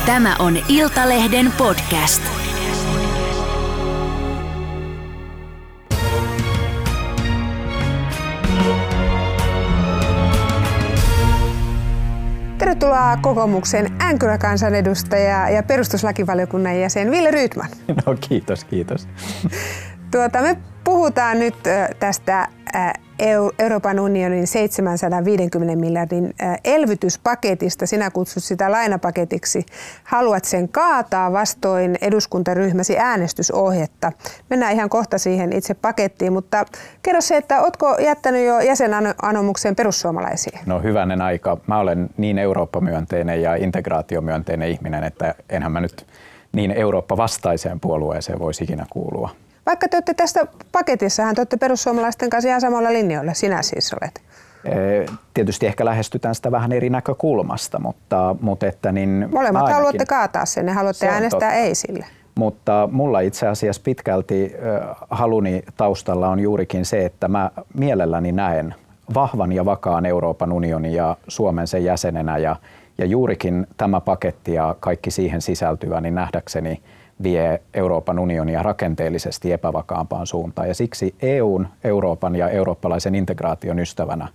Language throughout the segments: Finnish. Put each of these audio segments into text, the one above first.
Tämä on Iltalehden podcast. Tervetuloa kokoomuksen änkyräkansanedustaja ja perustuslakivaliokunnan jäsen Wille Rydman. No kiitos. Me puhutaan nyt tästä Euroopan unionin 750 miljardin elvytyspaketista. Sinä kutsut sitä lainapaketiksi. Haluat sen kaataa vastoin eduskuntaryhmäsi äänestysohjetta. Mennään ihan kohta siihen itse pakettiin, mutta kerro se, että ootko jättänyt jo jäsenanomuksen perussuomalaisiin? No hyvänen aika. Mä olen niin Eurooppa-myönteinen ja integraatiomyönteinen ihminen, että enhän mä nyt niin Eurooppa-vastaiseen puolueeseen voisi ikinä kuulua. Vaikka te olette tästä paketissahan, te olette perussuomalaisten kanssa ihan samalla linjoilla, sinä siis olet. Tietysti ehkä lähestytään sitä vähän eri näkökulmasta, mutta että niin molemmat ainakin haluatte kaataa sen ja haluatte äänestää ei sille. Mutta mulla itse asiassa pitkälti haluni taustalla on juurikin se, että mä mielelläni näen vahvan ja vakaan Euroopan unionin ja Suomen sen jäsenenä ja juurikin tämä paketti ja kaikki siihen sisältyvä, niin nähdäkseni vie Euroopan unionia rakenteellisesti epävakaampaan suuntaan. Ja siksi EUn, Euroopan ja eurooppalaisen integraation ystävänä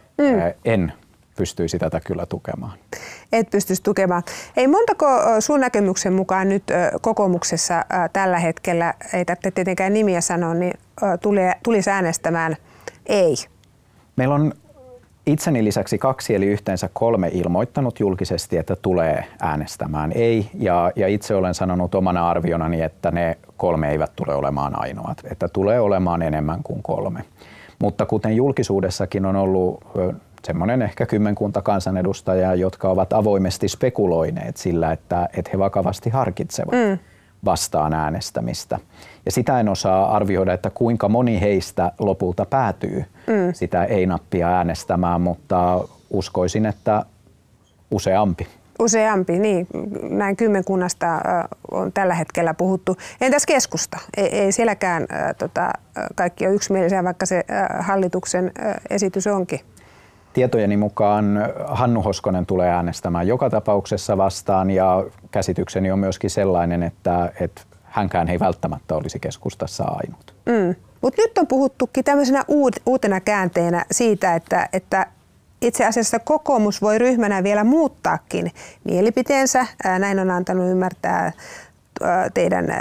en pystyisi tätä kyllä tukemaan. Et pystyisi tukemaan. Ei montako sun näkemyksen mukaan nyt kokoomuksessa tällä hetkellä, ei tarvitse tietenkään nimiä sanoa, niin tulisi äänestämään ei? Meillä on itseni lisäksi 2 eli yhteensä 3 ilmoittanut julkisesti, että tulee äänestämään ei. Ja itse olen sanonut omana arvionani, että ne 3 eivät tule olemaan ainoat. Että tulee olemaan enemmän kuin 3. Mutta kuten julkisuudessakin on ollut semmoinen ehkä 10 kansanedustajaa, jotka ovat avoimesti spekuloineet sillä, että he vakavasti harkitsevat vastaan äänestämistä. Ja sitä en osaa arvioida, että kuinka moni heistä lopulta päätyy sitä ei-nappia äänestämään, mutta uskoisin, että useampi. Useampi, niin. Näin 10 on tällä hetkellä puhuttu. Entäs keskusta? Ei sielläkään kaikki ole yksimielisiä, vaikka se hallituksen esitys onkin. Tietojeni mukaan Hannu Hoskonen tulee äänestämään joka tapauksessa vastaan ja käsitykseni on myöskin sellainen, että hänkään ei välttämättä olisi keskustassa ainut. Mutta nyt on puhuttukin tämmöisenä uutena käänteenä siitä, että itse asiassa kokoomus voi ryhmänä vielä muuttaakin mielipiteensä. Näin on antanut ymmärtää teidän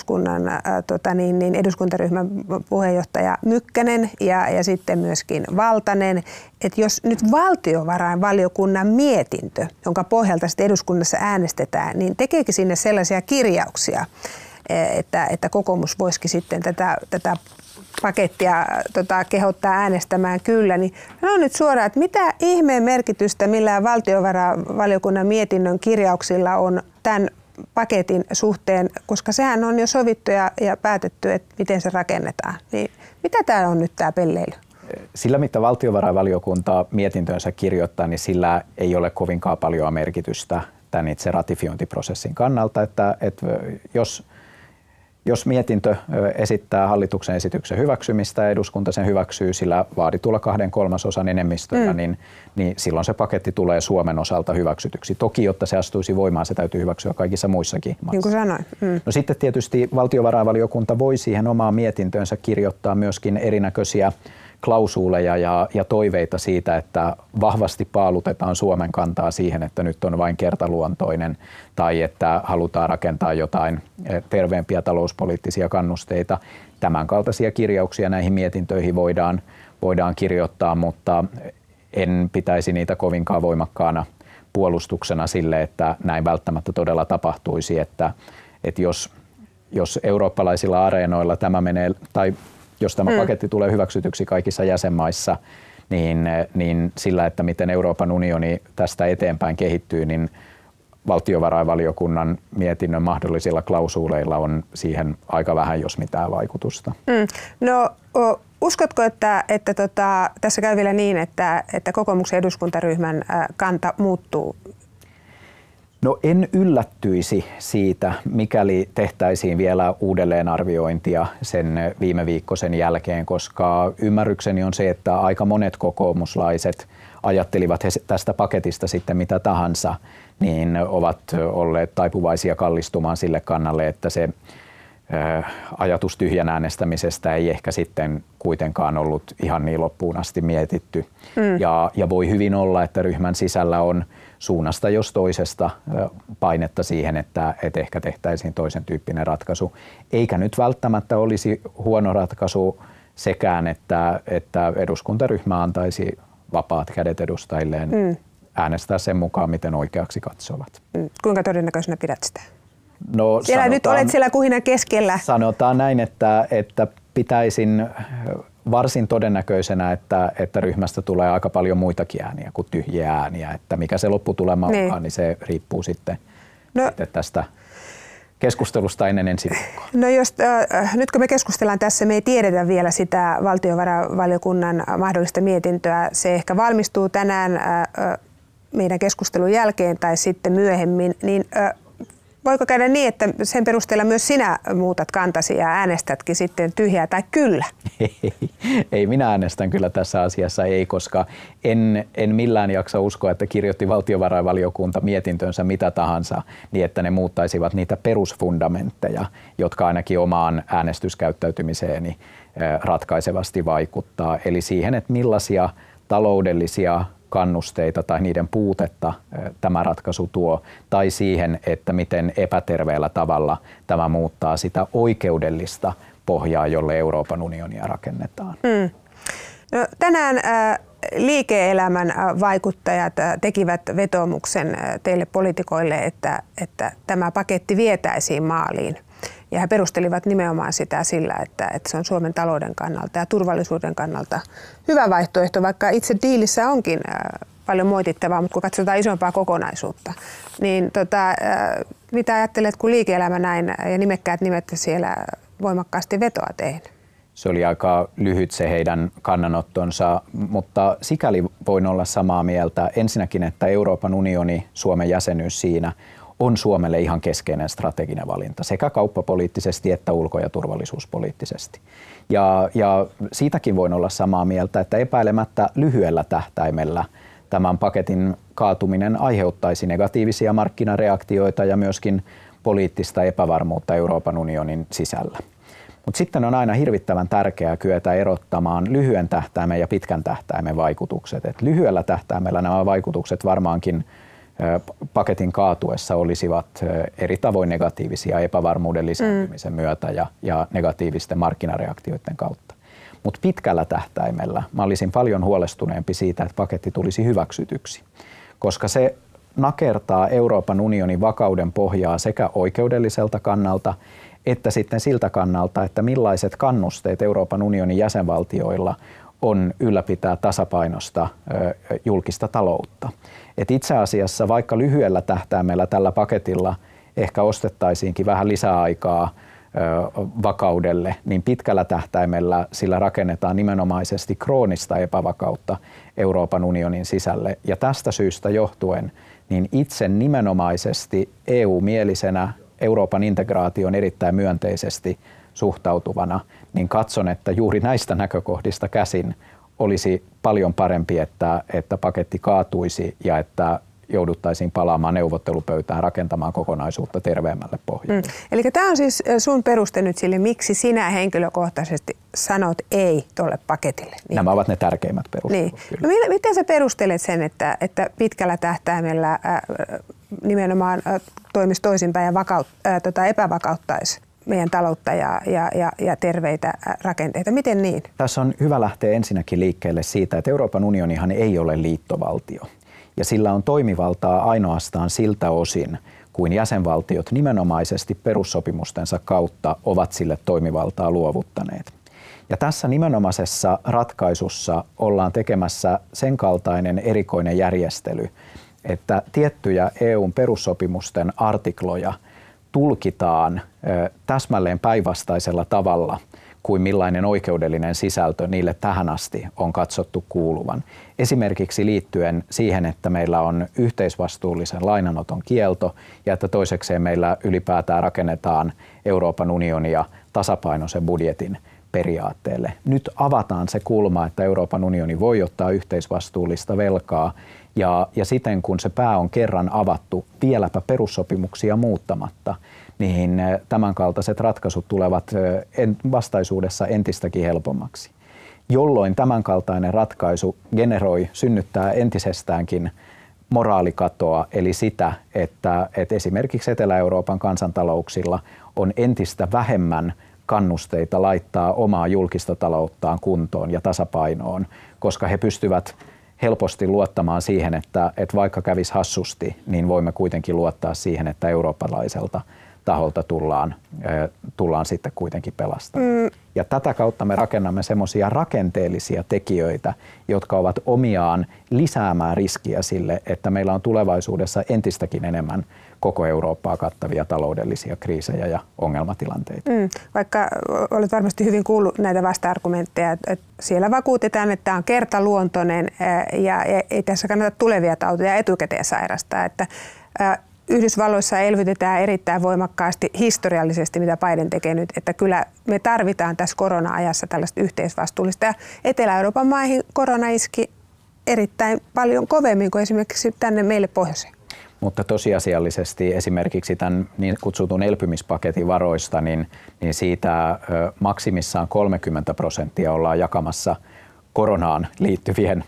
eduskuntaryhmän puheenjohtaja Mykkänen ja sitten myöskin Valtanen, että jos nyt valtiovarainvaliokunnan mietintö, jonka pohjalta sitten eduskunnassa äänestetään, niin tekeekin sinne sellaisia kirjauksia, että kokoomus voisikin sitten tätä pakettia kehottaa äänestämään kyllä, niin no nyt suoraan, että mitä ihmeen merkitystä millään valtiovarainvaliokunnan mietinnön kirjauksilla on tämän paketin suhteen, koska sehän on jo sovittu ja päätetty, että miten se rakennetaan. Niin mitä tämä on nyt tämä pelleily? Sillä mitä valtiovarainvaliokunta mietintönsä kirjoittaa, niin sillä ei ole kovinkaan paljon merkitystä tämän itse ratifiointiprosessin kannalta, että jos mietintö esittää hallituksen esityksen hyväksymistä ja eduskunta sen hyväksyy sillä vaaditulla 2/3 enemmistöllä, niin silloin se paketti tulee Suomen osalta hyväksytyksi. Toki, jotta se astuisi voimaan, se täytyy hyväksyä kaikissa muissakin maissa. Niin kuin sanoin. No sitten tietysti valtiovarainvaliokunta voi siihen omaan mietintöönsä kirjoittaa myöskin erinäköisiä klausuuleja ja toiveita siitä, että vahvasti paalutetaan Suomen kantaa siihen, että nyt on vain kertaluontoinen tai että halutaan rakentaa jotain terveempiä talouspoliittisia kannusteita. Tämän kaltaisia kirjauksia näihin mietintöihin voidaan kirjoittaa, mutta en pitäisi niitä kovinkaan voimakkaana puolustuksena sille, että näin välttämättä todella tapahtuisi, että jos eurooppalaisilla areenoilla tämä menee tai jos tämä paketti tulee hyväksytyksi kaikissa jäsenmaissa, niin sillä, että miten Euroopan unioni tästä eteenpäin kehittyy, niin valtiovarainvaliokunnan mietinnön mahdollisilla klausuuleilla on siihen aika vähän, jos mitään vaikutusta. No uskotko, että tässä käy vielä niin, että kokoomuksen eduskuntaryhmän kanta muuttuu? No en yllättyisi siitä, mikäli tehtäisiin vielä uudelleenarviointia sen viime viikkoisen jälkeen, koska ymmärrykseni on se, että aika monet kokoomuslaiset ajattelivat he tästä paketista sitten mitä tahansa, niin ovat olleet taipuvaisia kallistumaan sille kannalle, että se ajatus tyhjän äänestämisestä ei ehkä sitten kuitenkaan ollut ihan niin loppuun asti mietitty. Ja voi hyvin olla, että ryhmän sisällä on suunnasta jos toisesta painetta siihen, että ehkä tehtäisiin toisen tyyppinen ratkaisu. Eikä nyt välttämättä olisi huono ratkaisu sekään, että eduskuntaryhmä antaisi vapaat kädet edustajilleen äänestää sen mukaan, miten oikeaksi katsovat. Kuinka todennäköisenä pidät sitä? No, nyt olet siellä kuhinan keskellä. Sanotaan näin, että pitäisin varsin todennäköisenä, että ryhmästä tulee aika paljon muitakin ääniä kuin tyhjiä ääniä. Että mikä se lopputulema onkaan, niin se riippuu sitten tästä keskustelusta ennen ensi viikkoa. No nyt kun me keskustellaan tässä, me ei tiedetä vielä sitä valtiovarainvaliokunnan mahdollista mietintöä. Se ehkä valmistuu tänään meidän keskustelun jälkeen tai sitten myöhemmin, niin voiko käydä niin, että sen perusteella myös sinä muutat kantasi ja äänestätkin sitten tyhjää tai kyllä? Ei, minä äänestän kyllä tässä asiassa ei, koska en millään jaksa uskoa, että kirjoitti valtiovarainvaliokunta mietintönsä mitä tahansa, niin että ne muuttaisivat niitä perusfundamentteja, jotka ainakin omaan äänestyskäyttäytymiseeni ratkaisevasti vaikuttaa. Eli siihen, että millaisia taloudellisia kannusteita tai niiden puutetta tämä ratkaisu tuo, tai siihen, että miten epäterveellä tavalla tämä muuttaa sitä oikeudellista pohjaa, jolle Euroopan unionia rakennetaan. No, tänään liike-elämän vaikuttajat tekivät vetoomuksen teille poliitikoille, että tämä paketti vietäisiin maaliin. Ja he perustelivat nimenomaan sitä sillä, että se on Suomen talouden kannalta ja turvallisuuden kannalta hyvä vaihtoehto, vaikka itse diilissä onkin paljon moitittavaa, mutta kun katsotaan isompaa kokonaisuutta. Niin mitä ajattelet, kun liike-elämä näin ja nimekkäät nimet siellä voimakkaasti vetoa teihin? Se oli aika lyhyt se heidän kannanottonsa, mutta sikäli voin olla samaa mieltä. Ensinnäkin, että Euroopan unioni, Suomen jäsenyys siinä, on Suomelle ihan keskeinen strateginen valinta sekä kauppapoliittisesti että ulko- ja turvallisuuspoliittisesti. Ja siitäkin voin olla samaa mieltä, että epäilemättä lyhyellä tähtäimellä tämän paketin kaatuminen aiheuttaisi negatiivisia markkinareaktioita ja myöskin poliittista epävarmuutta Euroopan unionin sisällä. Mutta sitten on aina hirvittävän tärkeää kyetä erottamaan lyhyen tähtäimen ja pitkän tähtäimen vaikutukset. Et lyhyellä tähtäimellä nämä vaikutukset varmaankin paketin kaatuessa olisivat eri tavoin negatiivisia epävarmuuden lisääntymisen myötä ja negatiivisten markkinareaktioiden kautta. Mutta pitkällä tähtäimellä mä olisin paljon huolestuneempi siitä, että paketti tulisi hyväksytyksi, koska se nakertaa Euroopan unionin vakauden pohjaa sekä oikeudelliselta kannalta että sitten siltä kannalta, että millaiset kannusteet Euroopan unionin jäsenvaltioilla on ylläpitää tasapainosta julkista taloutta. Et itse asiassa vaikka lyhyellä tähtäimellä tällä paketilla ehkä ostettaisiinkin vähän lisäaikaa vakaudelle, niin pitkällä tähtäimellä sillä rakennetaan nimenomaisesti kroonista epävakautta Euroopan unionin sisälle. Ja tästä syystä johtuen niin itse nimenomaisesti EU-mielisenä Euroopan integraation erittäin myönteisesti suhtautuvana, niin katson, että juuri näistä näkökohdista käsin olisi paljon parempi, että paketti kaatuisi ja että jouduttaisiin palaamaan neuvottelupöytään rakentamaan kokonaisuutta terveemmälle pohjalle. Eli tämä on siis sun peruste nyt sille, miksi sinä henkilökohtaisesti sanot ei tuolle paketille. Niin. Nämä ovat ne tärkeimmät perustelut. Niin. No, miten sä perustelet sen, että pitkällä tähtäimellä nimenomaan toimisi toisinpäin ja epävakauttaisi meidän taloutta ja terveitä rakenteita? Miten niin? Tässä on hyvä lähteä ensinnäkin liikkeelle siitä, että Euroopan unionihan ei ole liittovaltio. Ja sillä on toimivaltaa ainoastaan siltä osin, kuin jäsenvaltiot nimenomaisesti perussopimustensa kautta ovat sille toimivaltaa luovuttaneet. Ja tässä nimenomaisessa ratkaisussa ollaan tekemässä sen kaltainen erikoinen järjestely, että tiettyjä EUn perussopimusten artikloja tulkitaan täsmälleen päinvastaisella tavalla kuin millainen oikeudellinen sisältö niille tähän asti on katsottu kuuluvan. Esimerkiksi liittyen siihen, että meillä on yhteisvastuullisen lainanoton kielto ja että toisekseen meillä ylipäätään rakennetaan Euroopan unionia tasapainoisen budjetin periaatteelle. Nyt avataan se kulma, että Euroopan unioni voi ottaa yhteisvastuullista velkaa ja siten kun se pää on kerran avattu vieläpä perussopimuksia muuttamatta, niin tämänkaltaiset ratkaisut tulevat vastaisuudessa entistäkin helpommaksi. Jolloin tämänkaltainen ratkaisu synnyttää entisestäänkin moraalikatoa, eli sitä, että esimerkiksi Etelä-Euroopan kansantalouksilla on entistä vähemmän kannusteita laittaa omaa julkista talouttaan kuntoon ja tasapainoon, koska he pystyvät helposti luottamaan siihen, että vaikka kävisi hassusti, niin voimme kuitenkin luottaa siihen, että eurooppalaiselta taholta tullaan sitten kuitenkin pelastamaan. Ja tätä kautta me rakennamme semmoisia rakenteellisia tekijöitä, jotka ovat omiaan lisäämään riskiä sille, että meillä on tulevaisuudessa entistäkin enemmän koko Eurooppaa kattavia taloudellisia kriisejä ja ongelmatilanteita. Vaikka olet varmasti hyvin kuullut näitä vasta-argumentteja, että siellä vakuutetaan, että tämä on kertaluontoinen ja ei tässä kannata tulevia tauteja etukäteen sairastaa. Että Yhdysvalloissa elvytetään erittäin voimakkaasti historiallisesti, mitä Biden tekee nyt, että kyllä me tarvitaan tässä korona-ajassa tällaista yhteisvastuullista. Ja Etelä-Euroopan maihin korona iski erittäin paljon kovemmin kuin esimerkiksi tänne meille pohjoiseen. Mutta tosiasiallisesti esimerkiksi tämän niin kutsutun elpymispaketin varoista, niin siitä maksimissaan 30% ollaan jakamassa koronaan liittyvien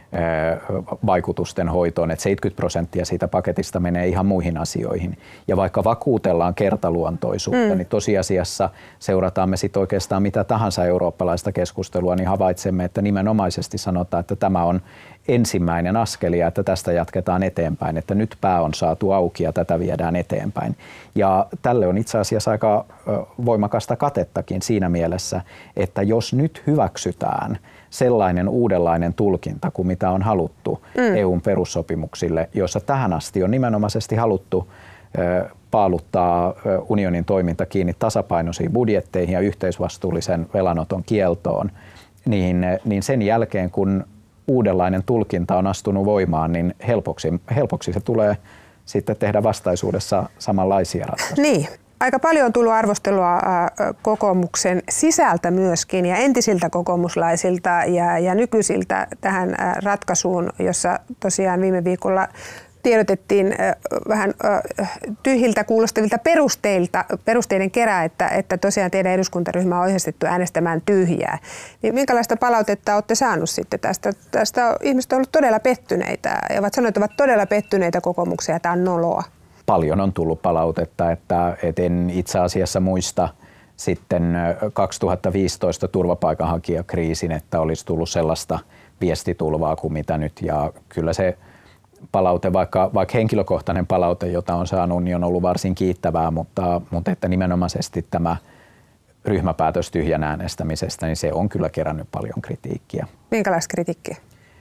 vaikutusten hoitoon, että 70% siitä paketista menee ihan muihin asioihin. Ja vaikka vakuutellaan kertaluontoisuutta, niin tosiasiassa seurataan me sitten oikeastaan mitä tahansa eurooppalaista keskustelua, niin havaitsemme, että nimenomaisesti sanotaan, että tämä on ensimmäinen askel ja että tästä jatketaan eteenpäin, että nyt pää on saatu auki ja tätä viedään eteenpäin. Ja tälle on itse asiassa aika voimakasta katettakin siinä mielessä, että jos nyt hyväksytään sellainen uudenlainen tulkinta kuin mitä on haluttu EUn perussopimuksille, jossa tähän asti on nimenomaisesti haluttu paaluttaa unionin toiminta kiinni tasapainoisiin budjetteihin ja yhteisvastuullisen velanoton kieltoon, niin sen jälkeen kun uudenlainen tulkinta on astunut voimaan, niin helpoksi se tulee sitten tehdä vastaisuudessa samanlaisia ratkaisuja. Niin. Aika paljon on tullut arvostelua kokoomuksen sisältä myöskin ja entisiltä kokoomuslaisilta ja nykyisiltä tähän ratkaisuun, jossa tosiaan viime viikolla tiedotettiin vähän tyhjiltä kuulostavilta perusteiden kerää, että tosiaan teidän eduskuntaryhmä on ohjeistettu äänestämään tyhjää. Niin minkälaista palautetta olette saanut sitten tästä? Tästä ihmiset ovat olleet todella pettyneitä ja ovat sanoneet, että ovat todella pettyneitä kokoomukseen ja tämä on noloa. Paljon on tullut palautetta, että en itse asiassa muista sitten 2015 turvapaikanhakijakriisin, että olisi tullut sellaista viestitulvaa kuin mitä nyt. Ja kyllä se palaute, vaikka henkilökohtainen palaute, jota on saanut, niin on ollut varsin kiittävää, mutta että nimenomaisesti tämä ryhmäpäätös tyhjän äänestämisestä, niin se on kyllä kerännyt paljon kritiikkiä. Minkälaista kritiikkiä?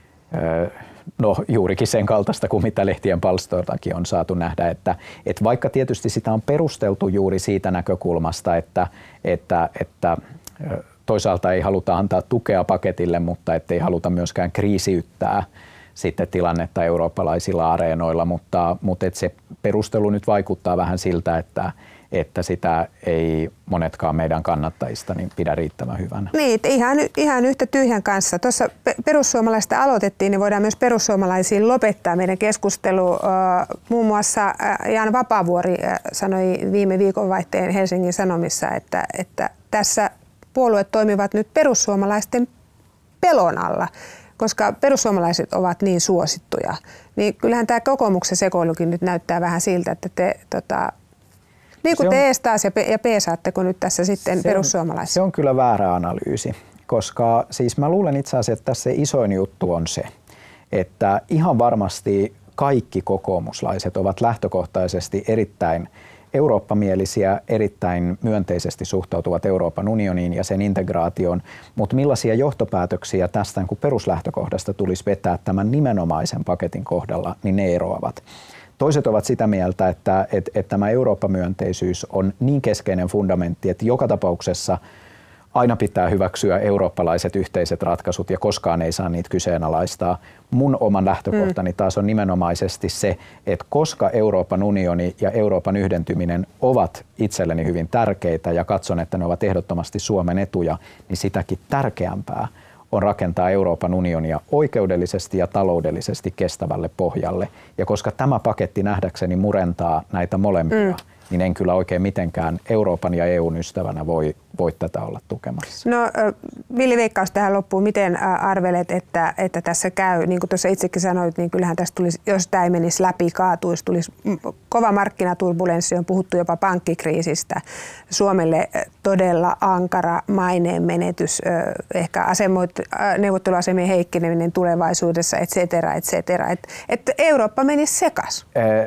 No juurikin sen kaltaista kuin mitä lehtien palstoiltakin on saatu nähdä, että vaikka tietysti sitä on perusteltu juuri siitä näkökulmasta, että toisaalta ei haluta antaa tukea paketille, mutta ettei haluta myöskään kriisiyttää sitten tilannetta eurooppalaisilla areenoilla, mutta että se perustelu nyt vaikuttaa vähän siltä, että sitä ei monetkaan meidän kannattajista niin pidä riittävän hyvänä. Niin, ihan yhtä tyhjän kanssa. Tuossa perussuomalaista aloitettiin, niin voidaan myös perussuomalaisiin lopettaa meidän keskustelu. Muun muassa Jan Vapaavuori sanoi viime viikonvaihteen Helsingin Sanomissa, että tässä puolueet toimivat nyt perussuomalaisten pelon alla, koska perussuomalaiset ovat niin suosittuja. Niin kyllähän tämä kokoomuksen sekoilukin nyt näyttää vähän siltä, että te niin kuin te taas ja peesaatteko nyt tässä sitten perussuomalaisia? Se on kyllä väärä analyysi, koska siis mä luulen itse asiassa, että tässä se isoin juttu on se, että ihan varmasti kaikki kokoomuslaiset ovat lähtökohtaisesti erittäin eurooppamielisiä, erittäin myönteisesti suhtautuvat Euroopan unioniin ja sen integraatioon, mutta millaisia johtopäätöksiä tästä kun peruslähtökohdasta tulisi vetää tämän nimenomaisen paketin kohdalla, niin ne eroavat. Toiset ovat sitä mieltä, että tämä Eurooppa-myönteisyys on niin keskeinen fundamentti, että joka tapauksessa Aina pitää hyväksyä eurooppalaiset yhteiset ratkaisut ja koskaan ei saa niitä kyseenalaistaa. Mun oman lähtökohtani taas on nimenomaisesti se, että koska Euroopan unioni ja Euroopan yhdentyminen ovat itselleni hyvin tärkeitä ja katson, että ne ovat ehdottomasti Suomen etuja, niin sitäkin tärkeämpää on rakentaa Euroopan unionia oikeudellisesti ja taloudellisesti kestävälle pohjalle. Ja koska tämä paketti nähdäkseni murentaa näitä molempia, niin en kyllä oikein mitenkään Euroopan ja EUn ystävänä voi tätä olla tukemassa. No Villi, veikkaus tähän loppuun. Miten arvelet, että tässä käy? Niin kuin tuossa itsekin sanoit, niin kyllähän tässä tulisi, jos tämä ei menisi läpi, kaatuisi, tulisi kova markkinaturbulenssi, on puhuttu jopa pankkikriisistä. Suomelle todella ankara maineen menetys, ehkä neuvotteluasemien heikkeneminen tulevaisuudessa, et cetera. Että Eurooppa menisi sekas.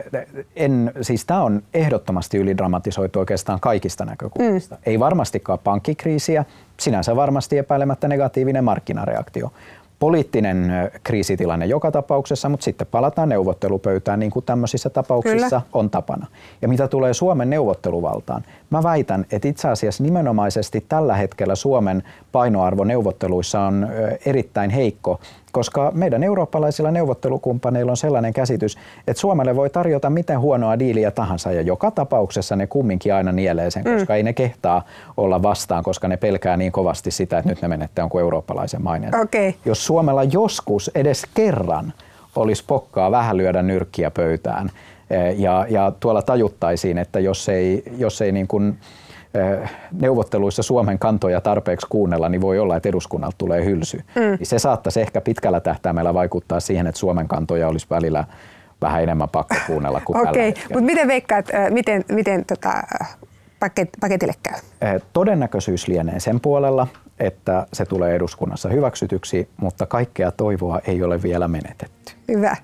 Siis tämä on ehdottomasti ylidramatisoitu oikeastaan kaikista näkökulmista. Ei varmastikaan pankkikriisiä, sinänsä varmasti epäilemättä negatiivinen markkinareaktio. Poliittinen kriisitilanne joka tapauksessa, mutta sitten palataan neuvottelupöytään niin kuin tämmöisissä tapauksissa Kyllä. on tapana. Ja mitä tulee Suomen neuvotteluvaltaan, mä väitän, että itse asiassa nimenomaisesti tällä hetkellä Suomen painoarvo neuvotteluissa on erittäin heikko, koska meidän eurooppalaisilla neuvottelukumppaneilla on sellainen käsitys, että Suomelle voi tarjota miten huonoa diiliä tahansa ja joka tapauksessa ne kumminkin aina nielee sen, koska ei ne kehtaa olla vastaan, koska ne pelkää niin kovasti sitä, että nyt ne menettää jonkun eurooppalaisen maineen. Okay. Jos Suomella joskus edes kerran olisi pokkaa vähän lyödä nyrkkiä pöytään ja tuolla tajuttaisiin, että jos ei niin kuin neuvotteluissa Suomen kantoja tarpeeksi kuunnella, niin voi olla, että eduskunnalta tulee hylsy. Se saattaisi ehkä pitkällä tähtäimellä vaikuttaa siihen, että Suomen kantoja olisi välillä vähän enemmän pakko kuunnella kuin tällä hetkellä. Mutta miten veikkaat, miten paketille käy? Todennäköisyys lienee sen puolella, että se tulee eduskunnassa hyväksytyksi, mutta kaikkea toivoa ei ole vielä menetetty. Hyvä.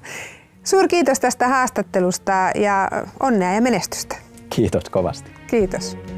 Suurkiitos tästä haastattelusta ja onnea ja menestystä. Kiitos kovasti. Kiitos.